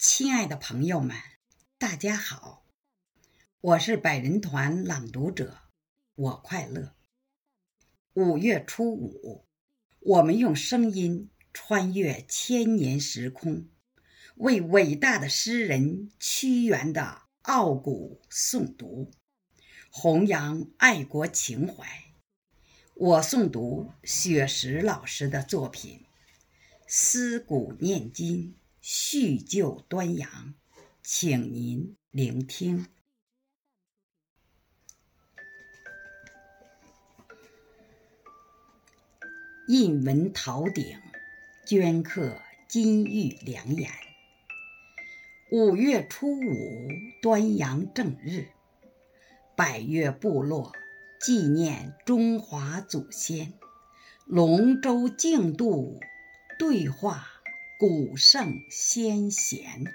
亲爱的朋友们，大家好，我是百人团朗读者，我快乐。5月初5，我们用声音穿越千年时空，为伟大的诗人屈原的傲骨诵读，弘扬爱国情怀。我诵读雪石老师的作品《思古念今，叙旧端阳》，请您聆听。印文陶鼎，镌刻金玉良言。5月初5，端阳正日，百越部落纪念中华祖先，龙舟竞渡，对话古圣先贤。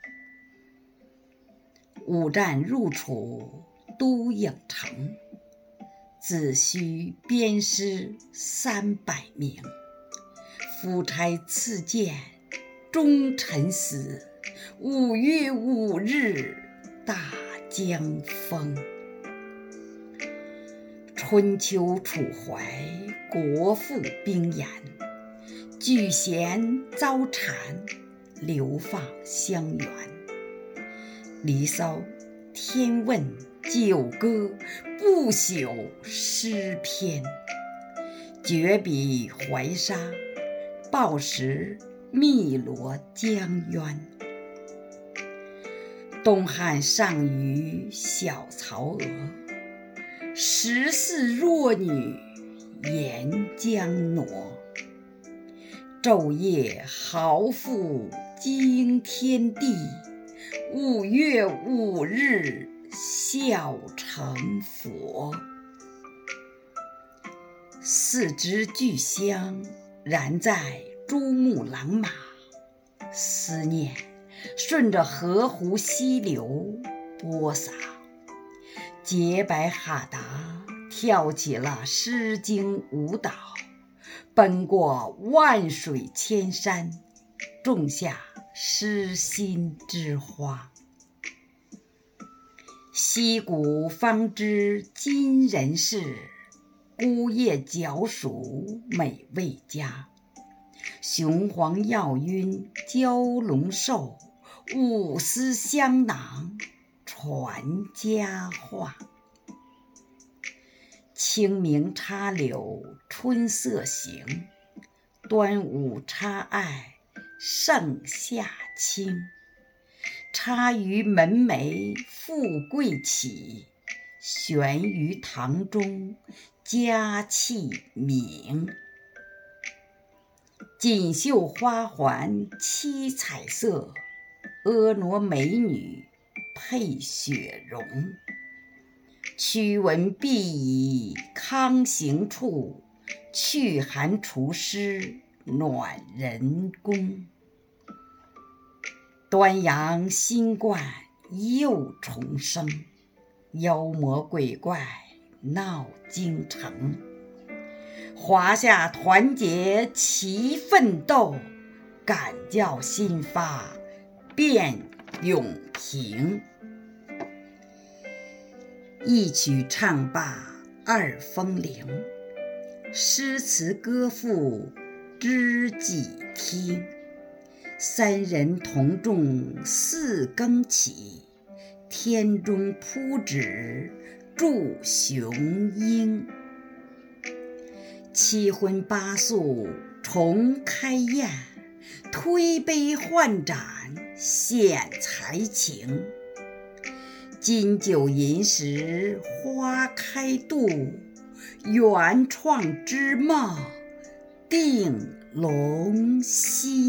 五战入楚都郢城，子虚鞭尸300名。夫差赐剑忠臣死，5月5日大江风。春秋楚怀，国富兵严，举贤遭谗，流放乡原。离骚、天问、九歌，不朽诗篇。绝笔怀沙，抱石汨罗江渊。东汉上虞小曹娥，14弱女沿江挪。昼夜豪富惊天地，5月5日笑成佛。4支巨香燃在珠穆朗玛，思念顺着河湖溪流播撒。洁白哈达跳起了《诗经》舞蹈，奔过万水千山，种下诗心之花。昔古方知今人事，孤叶嚼黍美味佳。雄黄药晕蛟龙兽，5丝香囊传佳话。清明插柳春色行，端午插艾盛夏清。插于门楣富贵起，悬于堂中佳气明。锦绣花环七彩色，婀娜美女配雪容。驱蚊避蚁康行处，去寒除湿暖人宫。端阳新冠又重生，妖魔鬼怪闹京城。华夏团结齐奋斗，敢教新发变永平。一曲唱罢二风铃，诗词歌赋知己听。3人同种4更起，天中铺纸祝雄鹰。7荤8素重开宴，推杯换盏显才情。金九银十花开度，原创之梦定龙心。